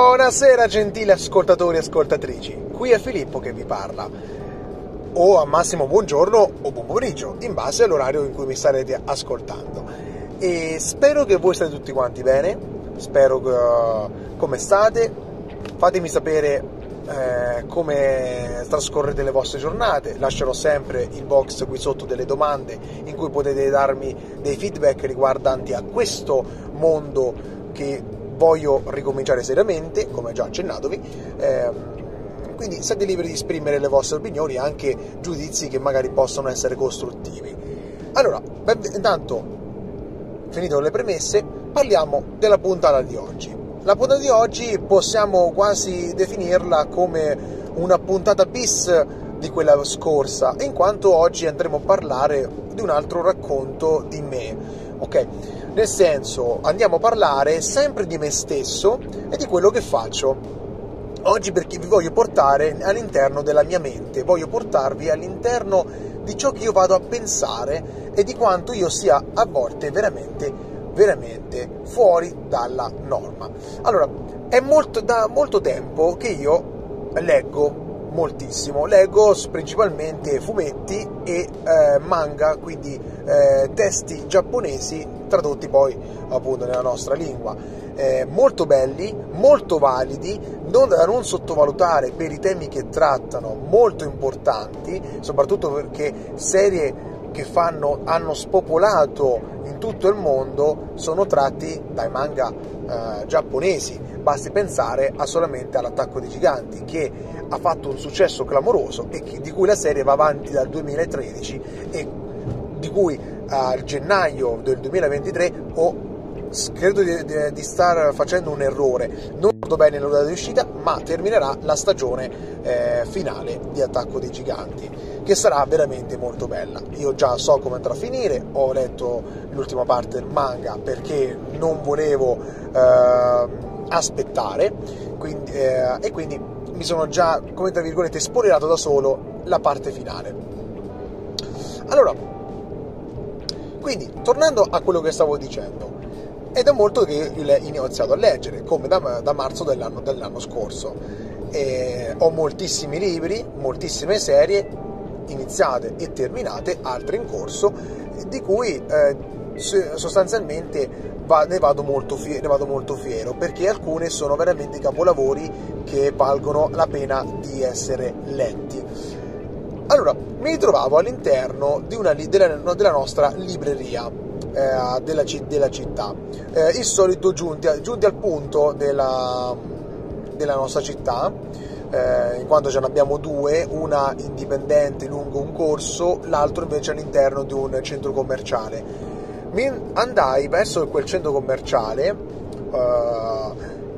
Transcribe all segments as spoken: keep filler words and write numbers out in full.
Buonasera gentili ascoltatori e ascoltatrici, qui è Filippo che vi parla, o al massimo buongiorno o buon pomeriggio, in base all'orario in cui mi starete ascoltando. E spero che voi state tutti quanti bene, spero che, uh, come state, fatemi sapere uh, come trascorrete le vostre giornate, lascerò sempre il box qui sotto delle domande in cui potete darmi dei feedback riguardanti a questo mondo che voglio ricominciare seriamente, come già accennatovi, eh, quindi siete liberi di esprimere le vostre opinioni e anche giudizi che magari possono essere costruttivi. Allora, intanto, finito le premesse, parliamo della puntata di oggi. La puntata di oggi possiamo quasi definirla come una puntata bis di quella scorsa, in quanto oggi andremo a parlare di un altro racconto di me, ok? Nel senso, andiamo a parlare sempre di me stesso e di quello che faccio. Oggi perché vi voglio portare all'interno della mia mente, voglio portarvi all'interno di ciò che io vado a pensare e di quanto io sia a volte veramente, veramente fuori dalla norma. Allora, è molto, da molto tempo che io leggo moltissimo, leggo principalmente fumetti e eh, manga, quindi eh, testi giapponesi tradotti poi appunto nella nostra lingua, eh, molto belli, molto validi, non da non sottovalutare per i temi che trattano, molto importanti, soprattutto perché serie che fanno, hanno spopolato in tutto il mondo sono tratti dai manga eh, giapponesi. Basti pensare a solamente all'Attacco dei Giganti, che ha fatto un successo clamoroso e che, di cui la serie va avanti dal duemilatredici e di cui a gennaio del duemilaventitré ho, credo di, di, di star facendo un errore, non ricordo bene l'ora di uscita, ma terminerà la stagione eh, finale di Attacco dei Giganti, che sarà veramente molto bella. Io già so come andrà a finire, ho letto l'ultima parte del manga perché non volevo eh, aspettare, quindi, eh, e quindi mi sono già, come tra virgolette, spoilerato da solo la parte finale. Allora, quindi, tornando a quello che stavo dicendo, è da molto che io ho iniziato a leggere, come da, da marzo dell'anno, dell'anno scorso. E ho moltissimi libri, moltissime serie, iniziate e terminate, altre in corso, di cui eh, sostanzialmente va, ne, vado molto fiero, ne vado molto fiero, perché alcune sono veramente capolavori che valgono la pena di essere letti. Allora, mi ritrovavo all'interno di una, della, della nostra libreria eh, della, della città, eh, il solito giunti, giunti al punto della, della nostra città, eh, in quanto ce ne abbiamo due, una indipendente lungo un corso, l'altro invece all'interno di un centro commerciale. Mi andai verso quel centro commerciale eh,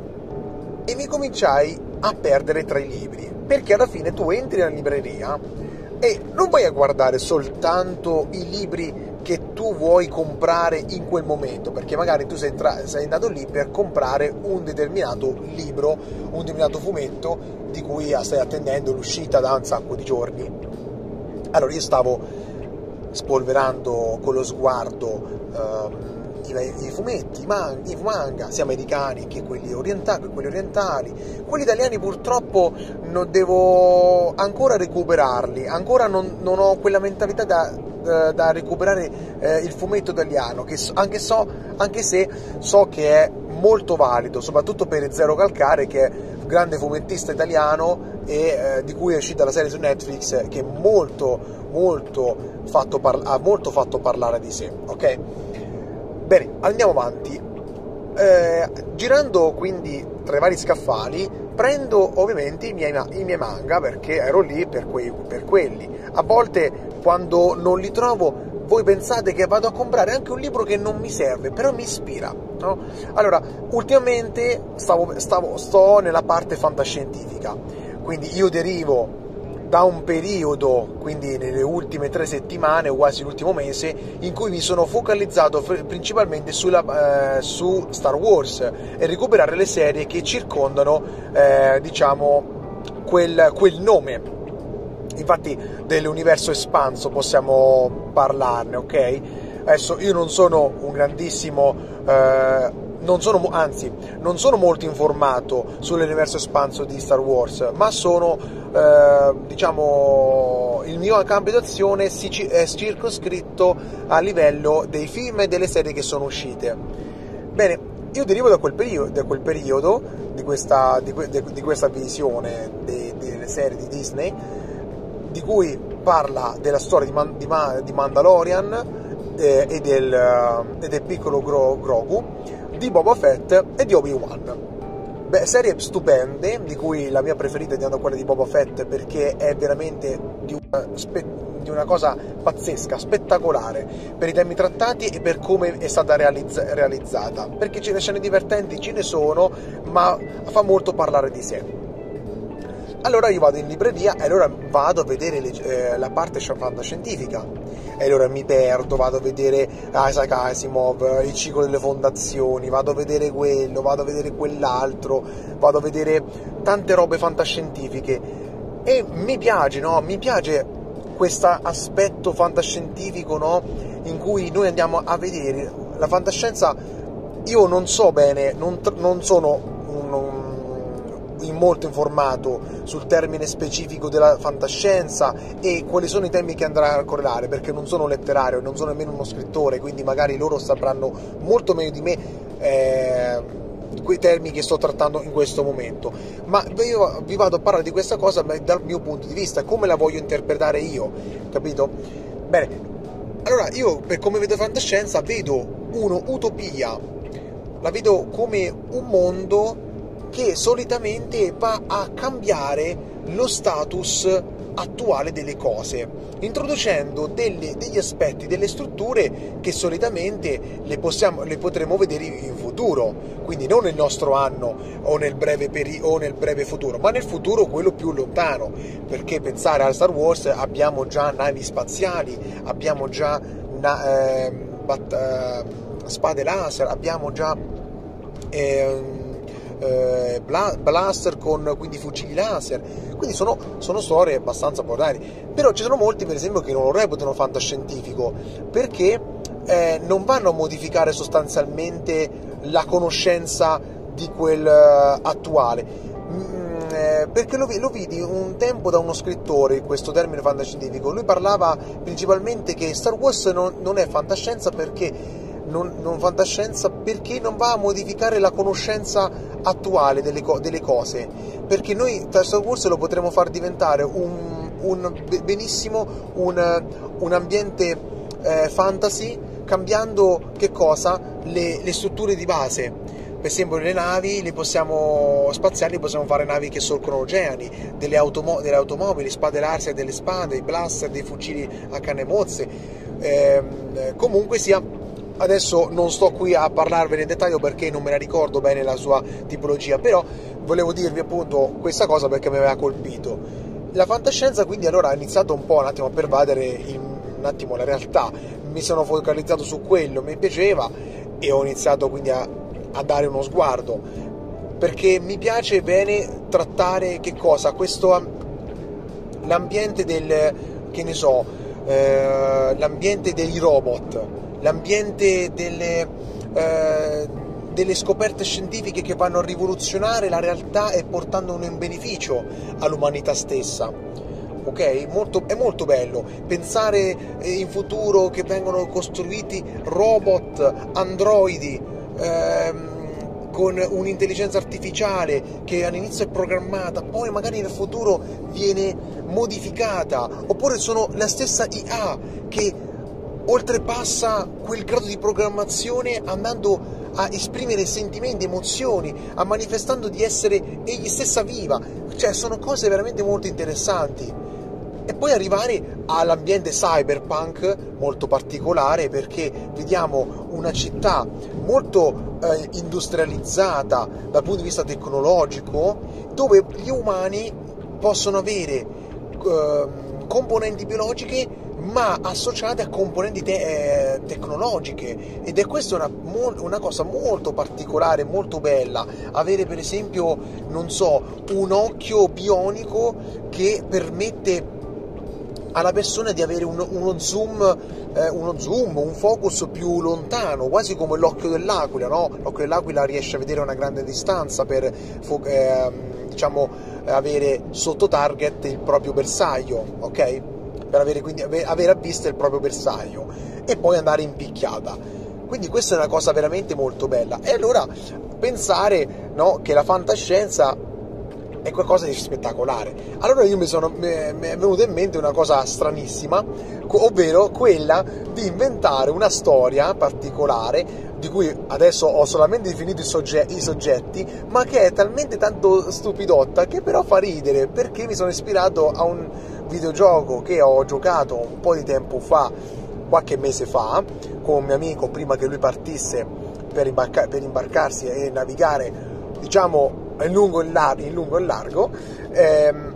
e mi cominciai a perdere tra i libri, perché alla fine tu entri nella libreria e non vai a guardare soltanto i libri che tu vuoi comprare in quel momento, perché magari tu sei, tra- sei andato lì per comprare un determinato libro, un determinato fumetto di cui stai attendendo l'uscita da un sacco di giorni. Allora io stavo spolverando con lo sguardo ehm, i, i fumetti, i manga, i manga, sia americani che quelli orientali, quelli orientali, quelli italiani purtroppo non devo ancora recuperarli, ancora non, non ho quella mentalità da, da, da recuperare eh, il fumetto italiano, che so, anche, so, anche se so che è molto valido, soprattutto per Zero Calcare, che è un grande fumettista italiano e eh, di cui è uscita la serie su Netflix, che è molto molto fatto par- ha molto fatto parlare di sé, ok? Bene, andiamo avanti. Eh, girando quindi tra i vari scaffali, prendo ovviamente i miei, i miei manga, perché ero lì per, quei, per quelli. A volte quando non li trovo, voi pensate che vado a comprare anche un libro che non mi serve, però mi ispira, no? Allora, ultimamente stavo, stavo, sto nella parte fantascientifica, quindi io derivo da un periodo, quindi nelle ultime tre settimane o quasi l'ultimo mese, in cui mi sono focalizzato principalmente sulla, eh, su Star Wars e recuperare le serie che circondano eh, diciamo quel, quel nome. Infatti dell'universo espanso possiamo parlarne, ok? Adesso io non sono un grandissimo eh, non sono, anzi, non sono molto informato sull'universo espanso di Star Wars, ma sono, eh, diciamo, il mio campo d'azione è circoscritto a livello dei film e delle serie che sono uscite. Bene, io derivo da quel periodo, da quel periodo di, questa, di, di questa visione de, delle serie di Disney, di cui parla della storia di, Man, di, Man, di Mandalorian eh, e, del, eh, e del piccolo Gro, Grogu, di Boba Fett e di Obi-Wan. Beh, serie stupende, di cui la mia preferita è diventa quella di Boba Fett, perché è veramente di una, di una cosa pazzesca, spettacolare, per i temi trattati e per come è stata realizz- realizzata, perché ce ne scene divertenti ce ne sono, ma fa molto parlare di sé. Allora io vado in libreria e allora vado a vedere le, eh, la parte fantascientifica, e allora mi perdo, vado a vedere Isaac Asimov, il ciclo delle fondazioni, vado a vedere quello, vado a vedere quell'altro, vado a vedere tante robe fantascientifiche, e mi piace, no? Mi piace questo aspetto fantascientifico, no? In cui noi andiamo a vedere la fantascienza. Io non so bene, non, non sono un, un molto informato sul termine specifico della fantascienza e quali sono i temi che andrà a correlare, perché non sono letterario e non sono nemmeno uno scrittore, quindi magari loro sapranno molto meglio di me eh, quei termini che sto trattando in questo momento, ma io vi vado a parlare di questa cosa dal mio punto di vista, come la voglio interpretare io, capito? Bene, allora io, per come vedo fantascienza, vedo un'utopia, la vedo come un mondo che solitamente va a cambiare lo status attuale delle cose, introducendo delle, degli aspetti, delle strutture che solitamente le, possiamo, le potremo vedere in futuro, quindi non nel nostro anno o nel breve peri- o nel breve futuro, ma nel futuro quello più lontano, perché pensare a Star Wars abbiamo già navi spaziali, abbiamo già na- eh, bat- eh, spade laser, abbiamo già eh, blaster con quindi fucili laser, quindi sono, sono storie abbastanza popolari. Però ci sono molti, per esempio, che non lo reputano fantascientifico perché eh, non vanno a modificare sostanzialmente la conoscenza di quel uh, attuale, mm, eh, perché lo, lo vidi un tempo da uno scrittore questo termine fantascientifico. Lui parlava principalmente che Star Wars non, non è fantascienza perché Non, non fantascienza perché non va a modificare la conoscenza attuale delle, co- delle cose, perché noi Star Wars lo potremo far diventare un, un benissimo un, un ambiente eh, fantasy, cambiando che cosa? Le, le strutture di base. Per esempio le navi le possiamo spaziali, possiamo fare navi che solcano oceani, delle, automo- delle automobili, spade laser, delle spade, i blaster, dei fucili a canne mozze, eh, comunque sia. Adesso non sto qui a parlarvene in dettaglio perché non me la ricordo bene la sua tipologia, però volevo dirvi appunto questa cosa perché mi aveva colpito. La fantascienza quindi allora ha iniziato un po' un attimo a pervadere il, un attimo la realtà, mi sono focalizzato su quello, mi piaceva e ho iniziato quindi a, a dare uno sguardo, perché mi piace bene trattare che cosa? Questo, l'ambiente del, che ne so, eh, l'ambiente dei robot, l'ambiente delle, eh, delle scoperte scientifiche che vanno a rivoluzionare la realtà e portando un beneficio all'umanità stessa. Ok? Molto, è molto bello pensare in futuro che vengono costruiti robot, androidi, ehm, con un'intelligenza artificiale che all'inizio è programmata, poi magari nel futuro viene modificata, oppure sono la stessa I A che oltrepassa quel grado di programmazione andando a esprimere sentimenti, emozioni, a manifestando di essere egli stessa viva. Cioè sono cose veramente molto interessanti. E poi arrivare all'ambiente cyberpunk molto particolare, perché vediamo una città molto eh, industrializzata dal punto di vista tecnologico, dove gli umani possono avere eh, componenti biologiche ma associate a componenti te- eh, tecnologiche, ed è questa una, una cosa molto particolare, molto bella, avere per esempio, non so, un occhio bionico che permette alla persona di avere uno, uno zoom, eh, uno zoom, un focus più lontano, quasi come l'occhio dell'aquila, no? L'occhio dell'aquila riesce a vedere a una grande distanza per, eh, diciamo, avere sotto target il proprio bersaglio, ok? Per avere quindi avere a vista il proprio bersaglio e poi andare in picchiata. Quindi questa è una cosa veramente molto bella. E allora pensare, no, che la fantascienza è qualcosa di spettacolare. Allora io mi sono mi è venuta in mente una cosa stranissima, ovvero quella di inventare una storia particolare di cui adesso ho solamente definito i, sogge- i soggetti, ma che è talmente tanto stupidotta che però fa ridere, perché mi sono ispirato a un videogioco che ho giocato un po' di tempo fa, qualche mese fa, con un mio amico prima che lui partisse per, imbarca- per imbarcarsi e navigare, diciamo, in lungo e largo, in lungo e largo ehm,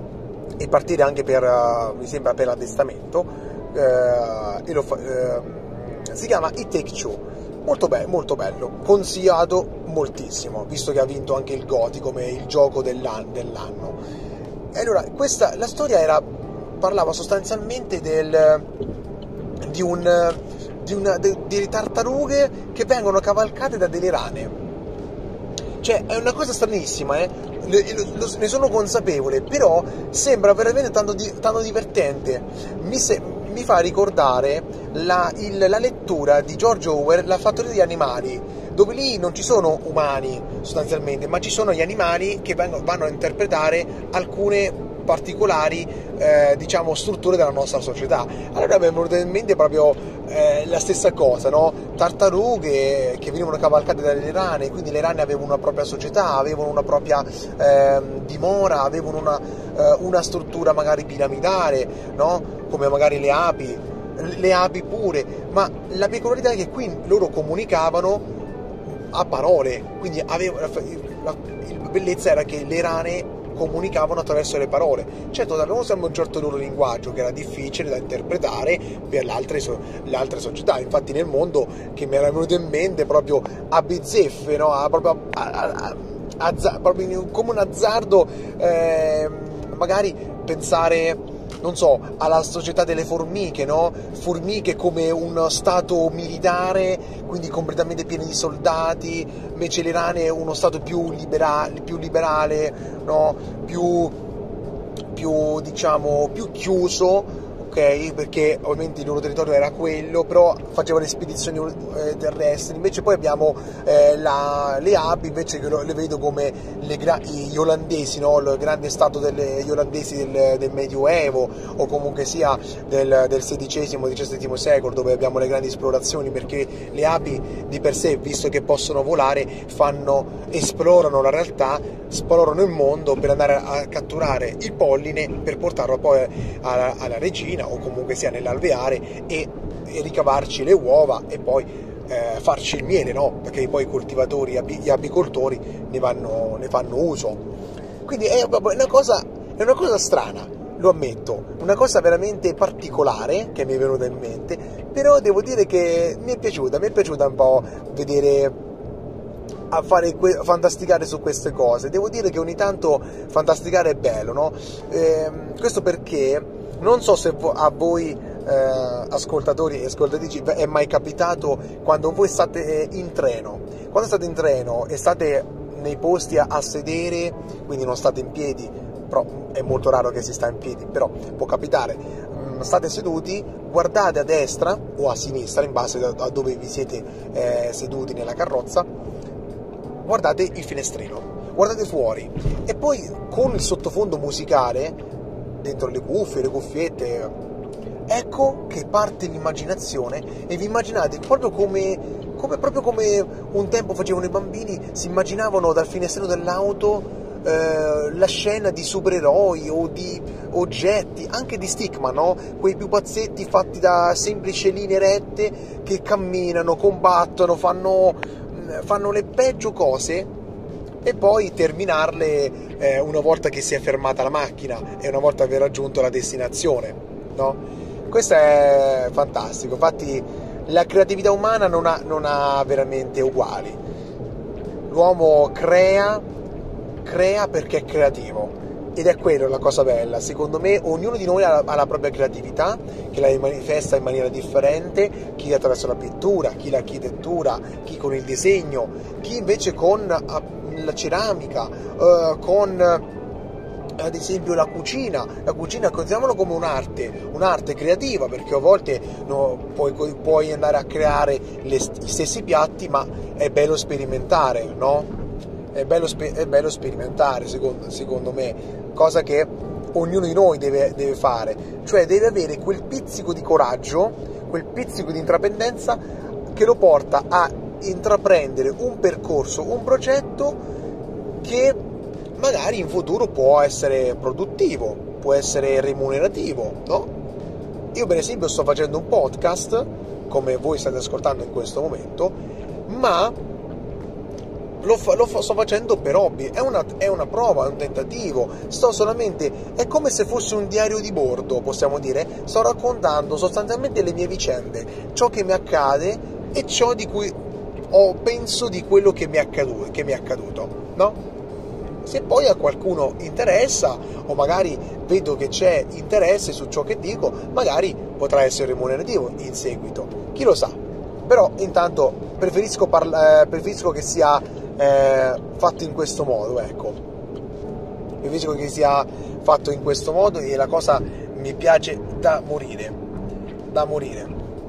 e partire anche per, uh, mi sembra, per l'addestamento, eh, e lo fa- eh, si chiama It Take Two. Molto, be- molto bello, consigliato moltissimo, visto che ha vinto anche il GOTY come il gioco dell'an- dell'anno. E allora, questa, la storia era, parlava sostanzialmente del, di, un, di, una, de, di tartarughe che vengono cavalcate da delle rane. Cioè, è una cosa stranissima, eh? Ne sono consapevole, però sembra veramente tanto, di, tanto divertente. Mi, se, mi fa ricordare la, il, la lettura di George Orwell, La fattoria degli animali, dove lì non ci sono umani sostanzialmente, ma ci sono gli animali che vengono, vanno a interpretare alcune particolari, eh, diciamo, strutture della nostra società. Allora mi è venuta in mente proprio eh, la stessa cosa, no? Tartarughe che venivano cavalcate dalle rane, quindi le rane avevano una propria società, avevano una propria eh, dimora, avevano una, eh, una struttura magari piramidale, no? Come magari le api, le api pure, ma la peculiarità è che qui loro comunicavano a parole, quindi avevano, la, la, la bellezza era che le rane comunicavano attraverso le parole. Certo, avevano sempre un certo loro linguaggio che era difficile da interpretare per le altre, so, le altre società. Infatti nel mondo, che mi era venuto in mente proprio a bizzeffe, no? a, proprio, a, a, a, a, proprio come un azzardo, eh, magari pensare, non so, alla società delle formiche, no? Formiche come uno stato militare, quindi completamente pieno di soldati, invece le rane uno stato più liberale, più liberale, no? Più, più diciamo, più chiuso, ok? Perché ovviamente il loro territorio era quello, però facevano le spedizioni eh, terrestri. Invece poi abbiamo eh, la, le api, invece, che lo, le vedo come le gra- gli olandesi, no? Il grande stato degli olandesi del, del Medioevo, o comunque sia del, del sedicesimo diciassettesimo secolo, dove abbiamo le grandi esplorazioni, perché le api di per sé, visto che possono volare, fanno, esplorano la realtà, esplorano il mondo per andare a, a catturare il polline per portarlo poi alla, alla regina, o comunque sia nell'alveare, e, e ricavarci le uova e poi eh, farci il miele, no? Perché poi i coltivatori, gli apicoltori ne, vanno, ne fanno uso. Quindi è una cosa, è una cosa strana, lo ammetto, una cosa veramente particolare che mi è venuta in mente, però devo dire che mi è piaciuta, mi è piaciuta un po' vedere, a fare que- fantasticare su queste cose. Devo dire che ogni tanto fantasticare è bello, no? Eh, questo perché non so se vo- a voi eh, ascoltatori e ascoltatrici è mai capitato, quando voi state in treno, quando state in treno e state nei posti a, a sedere, quindi non state in piedi, però è molto raro che si sta in piedi, però può capitare, mh, state seduti, guardate a destra o a sinistra in base a, a dove vi siete eh, seduti nella carrozza, guardate il finestrino, guardate fuori, e poi con il sottofondo musicale dentro le cuffie, le cuffiette, ecco che parte l'immaginazione e vi immaginate proprio come, come, proprio come un tempo facevano i bambini, si immaginavano dal finestrino dell'auto eh, la scena di supereroi o di oggetti, anche di Stickman, no? Quei pupazzetti fatti da semplici linee rette che camminano, combattono, fanno, fanno le peggio cose, e poi terminarle eh, una volta che si è fermata la macchina e una volta aver raggiunto la destinazione, no? Questo è fantastico. Infatti la creatività umana non ha, non ha veramente uguali. L'uomo crea, crea perché è creativo, ed è quella la cosa bella, secondo me. Ognuno di noi ha, ha la propria creatività, che la manifesta in maniera differente, chi attraverso la pittura, chi l'architettura, chi con il disegno, chi invece con la ceramica, uh, con ad esempio la cucina. La cucina consideriamolo come un'arte, un'arte creativa, perché a volte no, puoi, puoi andare a creare le, gli stessi piatti, ma è bello sperimentare, no? È bello, è bello sperimentare, secondo, secondo me, cosa che ognuno di noi deve, deve fare, cioè deve avere quel pizzico di coraggio, quel pizzico di intraprendenza che lo porta a intraprendere un percorso, un progetto che magari in futuro può essere produttivo, può essere remunerativo, no? Io per esempio sto facendo un podcast, come voi state ascoltando in questo momento, ma lo, fa, lo fa, sto facendo per hobby, è una, è una prova, è un tentativo, sto solamente, è come se fosse un diario di bordo, possiamo dire, sto raccontando sostanzialmente le mie vicende, ciò che mi accade e ciò di cui ho penso di quello che mi è accaduto, che mi è accaduto, no? Se poi a qualcuno interessa, o magari vedo che c'è interesse su ciò che dico, magari potrà essere remunerativo in seguito, chi lo sa. Però intanto preferisco, parla- eh, preferisco che sia eh, fatto in questo modo, ecco. Preferisco che sia fatto in questo modo e la cosa mi piace da morire, da morire.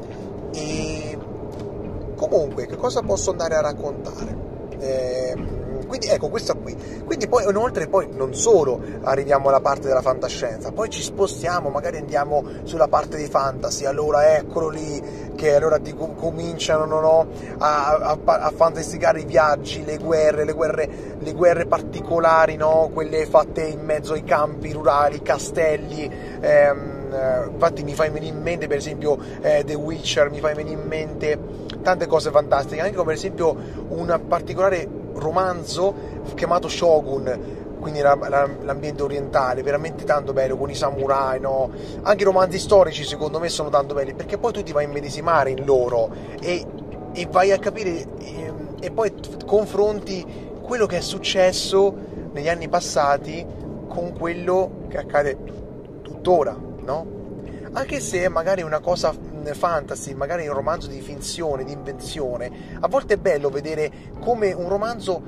E comunque, che cosa posso andare a raccontare? Eh, Quindi ecco, questa qui. Quindi poi inoltre poi non solo arriviamo alla parte della fantascienza, poi ci spostiamo, magari andiamo sulla parte di fantasy, allora eccolo lì che allora ti com- cominciano no, no, a, a, a fantasticare i viaggi, le guerre, le guerre, le guerre particolari, no? Quelle fatte in mezzo ai campi rurali, castelli. Ehm, infatti mi fa venire in mente per esempio eh, The Witcher, mi fa venire in mente tante cose fantastiche, anche come per esempio un particolare romanzo chiamato Shogun, quindi la, la, l'ambiente orientale, veramente tanto bello, con i samurai, no? Anche i romanzi storici secondo me sono tanto belli, perché poi tu ti vai a immedesimare in loro e, e vai a capire e, e poi confronti quello che è successo negli anni passati con quello che accade tuttora, no? Anche se magari una cosa fantasy, magari un romanzo di finzione, di invenzione, a volte è bello vedere come un romanzo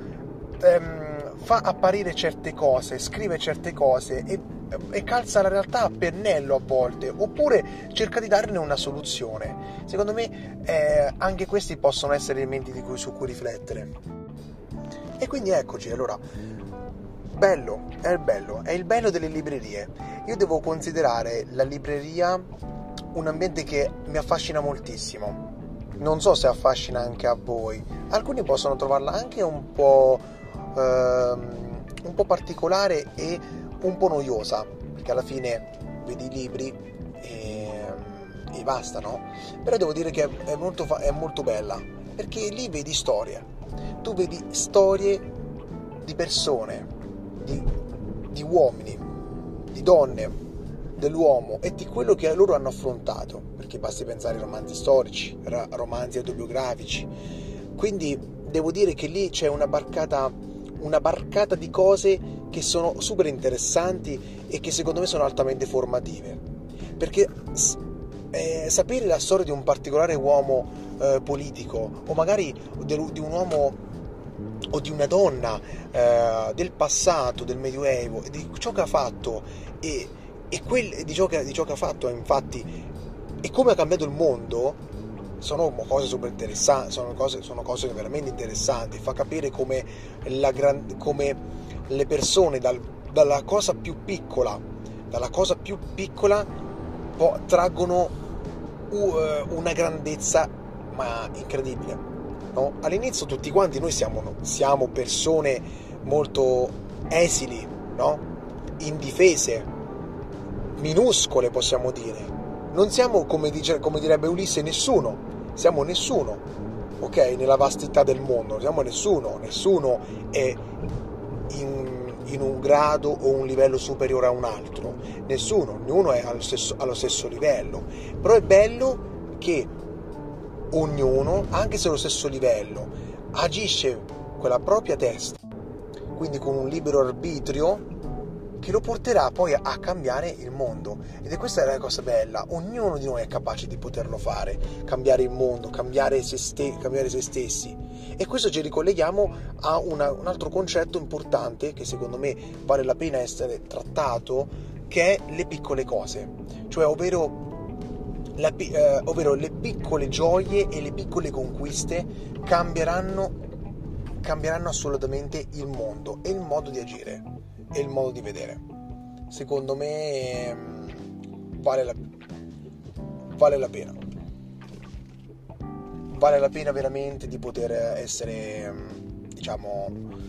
ehm, fa apparire certe cose, scrive certe cose e, e calza la realtà a pennello a volte, oppure cerca di darne una soluzione. Secondo me eh, anche questi possono essere elementi di cui, su cui riflettere. E quindi eccoci, allora, bello, è il bello, è il bello delle librerie. Io devo considerare la libreria un ambiente che mi affascina moltissimo. Non so se affascina anche a voi. Alcuni possono trovarla anche un po' ehm, un po' particolare e un po' noiosa, perché alla fine vedi i libri e, e basta, no? Però devo dire che è molto, è molto bella, perché lì vedi storie. Tu vedi storie di persone, di, di uomini, di donne, dell'uomo e di quello che loro hanno affrontato, perché basti pensare ai romanzi storici, romanzi autobiografici. Quindi devo dire che lì c'è una barcata, una barcata di cose che sono super interessanti e che secondo me sono altamente formative, perché eh, sapere la storia di un particolare uomo eh, politico, o magari de, di un uomo o di una donna eh, del passato, del Medioevo, di ciò che ha fatto e E quel, di, ciò che, di ciò che ha fatto, infatti, e come ha cambiato il mondo, sono cose super interessanti, sono cose, sono cose veramente interessanti. Fa capire come, la gran, come le persone dal, dalla cosa più piccola, dalla cosa più piccola po- traggono uh, una grandezza ma incredibile, no? All'inizio tutti quanti noi siamo, siamo persone molto esili, no? Indifese, minuscole, possiamo dire. Non siamo, come, dice, come direbbe Ulisse, nessuno. Siamo nessuno, ok? Nella vastità del mondo siamo nessuno. Nessuno è in, in un grado o un livello superiore a un altro. Nessuno, ognuno è allo stesso, allo stesso livello. Però è bello che ognuno, anche se allo stesso livello, agisce con la propria testa, quindi con un libero arbitrio, che lo porterà poi a cambiare il mondo. Ed è questa la cosa bella, ognuno di noi è capace di poterlo fare, cambiare il mondo, cambiare se, ste- cambiare se stessi. E questo ci ricolleghiamo a una, un altro concetto importante che secondo me vale la pena essere trattato, che è le piccole cose, cioè ovvero, la, eh, ovvero le piccole gioie e le piccole conquiste cambieranno, cambieranno assolutamente il mondo e il modo di agire e il modo di vedere. Secondo me vale la, vale la pena vale la pena veramente di poter essere, diciamo,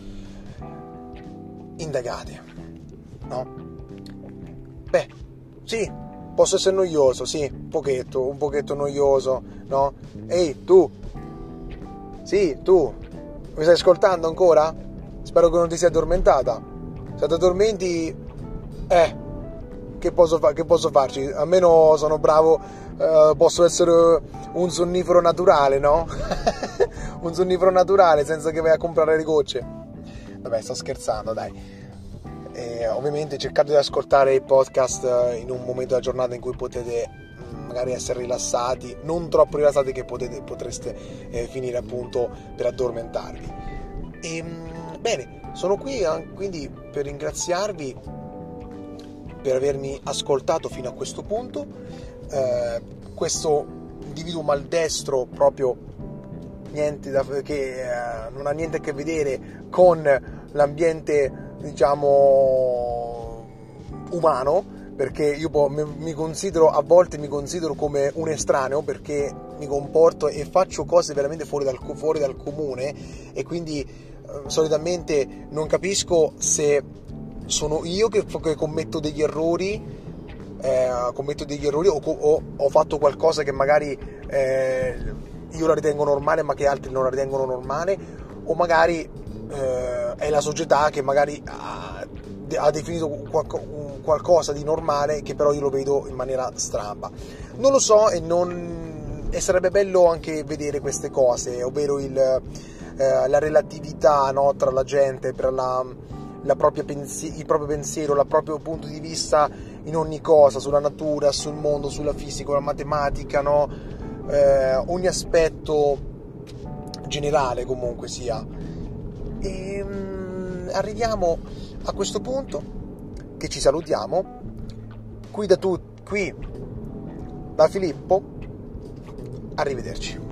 indagate, no? Beh, sì, posso essere noioso, sì, un pochetto, un pochetto noioso, no? Ehi, tu, sì, tu, mi stai ascoltando ancora? Spero che non ti sia addormentata. Se ti addormenti, eh, che posso, fa- che posso farci? Almeno sono bravo, eh, posso essere un sonnifero naturale, no? Un sonnifero naturale senza che vai a comprare le gocce. Vabbè, sto scherzando, dai. E ovviamente cercate di ascoltare il podcast in un momento della giornata in cui potete magari essere rilassati, non troppo rilassati che potete, potreste eh, finire appunto per addormentarvi. E, bene, sono qui quindi per ringraziarvi per avermi ascoltato fino a questo punto. Eh, questo individuo maldestro proprio niente da, che eh, non ha niente a che vedere con l'ambiente, diciamo, umano, perché io mi, mi considero, a volte mi considero come un estraneo, perché mi comporto e faccio cose veramente fuori dal, fuori dal comune, e quindi eh, solitamente non capisco se sono io che, che commetto degli errori eh, commetto degli errori o, o ho fatto qualcosa che magari eh, io la ritengo normale ma che altri non la ritengono normale, o magari eh, è la società che magari ha, ha definito qualco, qualcosa di normale che però io lo vedo in maniera stramba. Non lo so, e, non, e sarebbe bello anche vedere queste cose, ovvero il, eh, la relatività, no, tra la gente, per la, la propria pensi- il proprio pensiero, il proprio punto di vista in ogni cosa, sulla natura, sul mondo, sulla fisica, la matematica, no? Eh, ogni aspetto generale comunque sia. E um, arriviamo a questo punto che ci salutiamo qui da tu- qui da Filippo. Arrivederci.